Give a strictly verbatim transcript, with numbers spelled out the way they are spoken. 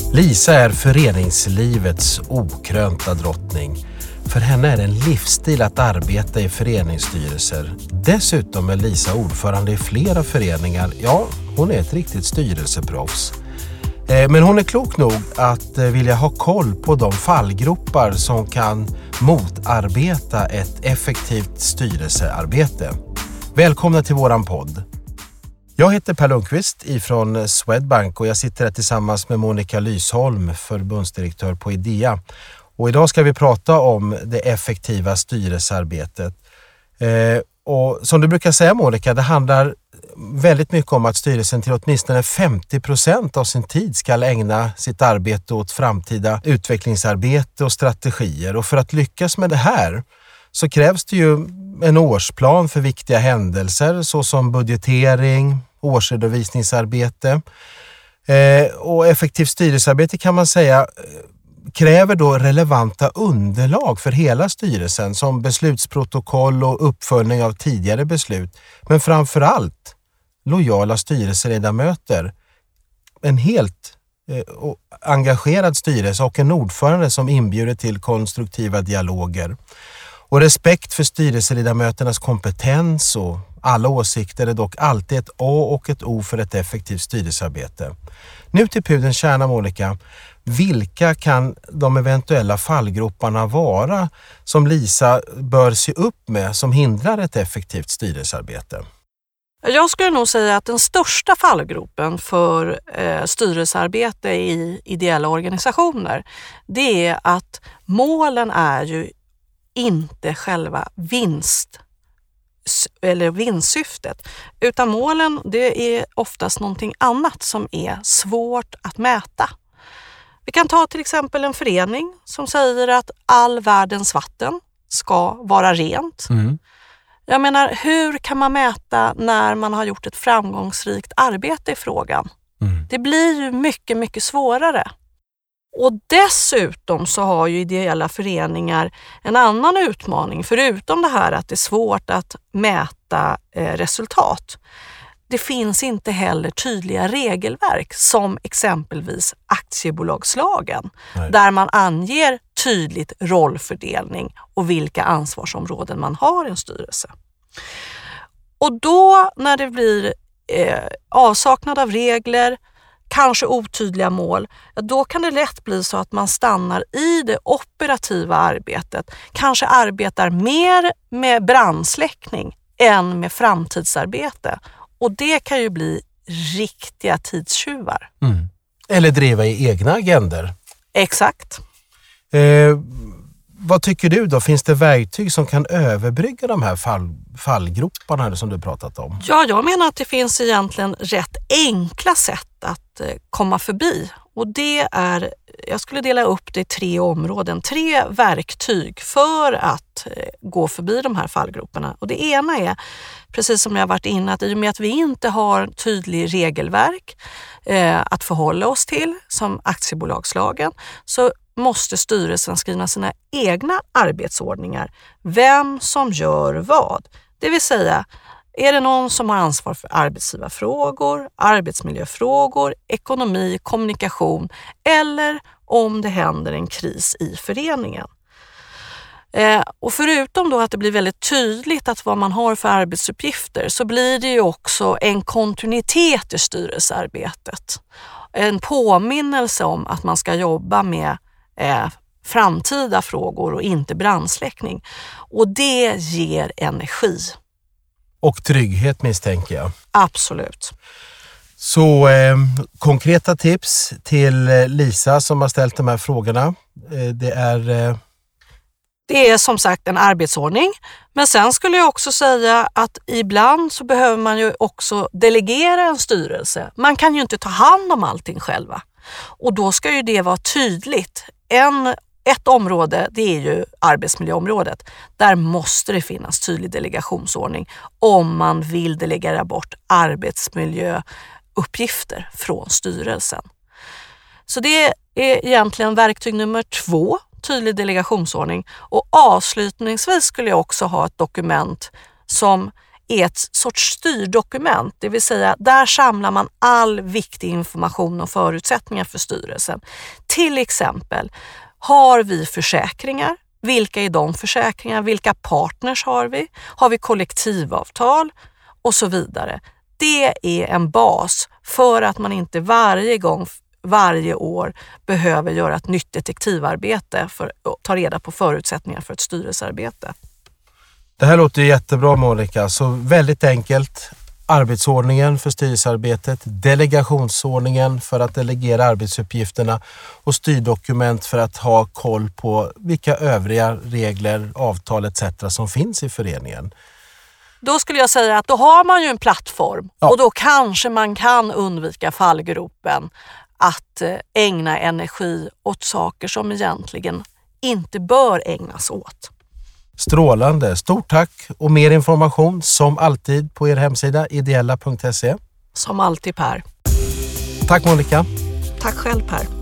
Lisa är föreningslivets okrönta drottning. För henne är det en livsstil att arbeta i föreningsstyrelser. Dessutom är Lisa ordförande i flera föreningar. Ja, hon är ett riktigt styrelseproffs. Men hon är klok nog att vilja ha koll på de fallgropar som kan motarbeta ett effektivt styrelsearbete. Välkomna till våran podd. Jag heter Per Lundqvist ifrån Swedbank och jag sitter här tillsammans med Monica Lysholm, förbundsdirektör på IDEA. Och idag ska vi prata om det effektiva styrelsearbetet. Eh, och som du brukar säga, Monica, det handlar väldigt mycket om att styrelsen till åtminstone femtio procent av sin tid ska ägna sitt arbete åt framtida utvecklingsarbete och strategier. Och för att lyckas med det här så krävs det ju en årsplan för viktiga händelser såsom budgetering, årsredovisningsarbete. Eh, och effektivt styrelsearbete kan man säga kräver då relevanta underlag för hela styrelsen som beslutsprotokoll och uppföljning av tidigare beslut. Men framförallt lojala styrelseledamöter. En helt eh, engagerad styrelse och en ordförande som inbjuder till konstruktiva dialoger. Och respekt för styrelseledamöternas kompetens och alla åsikter är dock alltid ett A och ett O för ett effektivt styrelsearbete. Nu till pudelns kärna, Monica. Vilka kan de eventuella fallgroparna vara som Lisa bör se upp med som hindrar ett effektivt styrelsearbete? Jag skulle nog säga att den största fallgropen för eh, styrelsearbete i ideella organisationer, det är att målen är ju inte själva vinst eller vinstsyftet, utan målen, det är oftast någonting annat som är svårt att mäta. Vi kan ta till exempel en förening som säger att all världens vatten ska vara rent. Mm. Jag menar, hur kan man mäta när man har gjort ett framgångsrikt arbete i frågan? Mm. Det blir ju mycket, mycket svårare. Och dessutom så har ju ideella föreningar en annan utmaning, förutom det här att det är svårt att mäta eh, resultat. Det finns inte heller tydliga regelverk som exempelvis aktiebolagslagen. Nej. Där man anger tydligt rollfördelning och vilka ansvarsområden man har i en styrelse. Och då när det blir eh, avsaknad av regler, kanske otydliga mål, då kan det lätt bli så att man stannar i det operativa arbetet. Kanske arbetar mer med brandsläckning än med framtidsarbete. Och det kan ju bli riktiga tidstjuvar. Mm. Eller driva i egna agender. Exakt. Eh, vad tycker du då? Finns det verktyg som kan överbrygga de här fall, fallgroparna som du pratat om? Ja, jag menar att det finns egentligen rätt enkla sätt att eh, komma förbi. Och det är, jag skulle dela upp det i tre områden. Tre verktyg för att eh, gå förbi de här fallgroparna. Och det ena är, precis som jag varit inne, att i och med att vi inte har tydlig regelverk eh, att förhålla oss till, som aktiebolagslagen, så måste styrelsen skriva sina egna arbetsordningar. Vem som gör vad. Det vill säga, är det någon som har ansvar för arbetsgivarfrågor, arbetsmiljöfrågor, ekonomi, kommunikation eller om det händer en kris i föreningen. Eh, och förutom då att det blir väldigt tydligt att vad man har för arbetsuppgifter, så blir det ju också en kontinuitet i styrelsearbetet. En påminnelse om att man ska jobba med eh, framtida frågor och inte brandsläckning. Och det ger energi. Och trygghet, misstänker jag. Absolut. Så eh, konkreta tips till Lisa som har ställt de här frågorna. Eh, det är... Eh... Det är som sagt en arbetsordning. Men sen skulle jag också säga att ibland så behöver man ju också delegera en styrelse. Man kan ju inte ta hand om allting själva. Och då ska ju det vara tydligt. En Ett område, det är ju arbetsmiljöområdet. Där måste det finnas tydlig delegationsordning om man vill delegera bort arbetsmiljöuppgifter från styrelsen. Så det är egentligen verktyg nummer två, tydlig delegationsordning. Och avslutningsvis skulle jag också ha ett dokument som är ett sorts styrdokument, det vill säga där samlar man all viktig information och förutsättningar för styrelsen. Till exempel, har vi försäkringar? Vilka är de försäkringar? Vilka partners har vi? Har vi kollektivavtal? Och så vidare. Det är en bas för att man inte varje gång, varje år behöver göra ett nytt detektivarbete för att ta reda på förutsättningar för ett styrelsearbete. Det här låter jättebra, Monica. Så väldigt enkelt. Arbetsordningen för styrelsearbetet, delegationsordningen för att delegera arbetsuppgifterna och styrdokument för att ha koll på vilka övriga regler, avtal et cetera som finns i föreningen. Då skulle jag säga att då har man ju en plattform ja. och då kanske man kan undvika fallgropen att ägna energi åt saker som egentligen inte bör ägnas åt. Strålande. Stort tack och mer information som alltid på er hemsida ideella punkt se. Som alltid, Per. Tack, Monica. Tack själv, Per.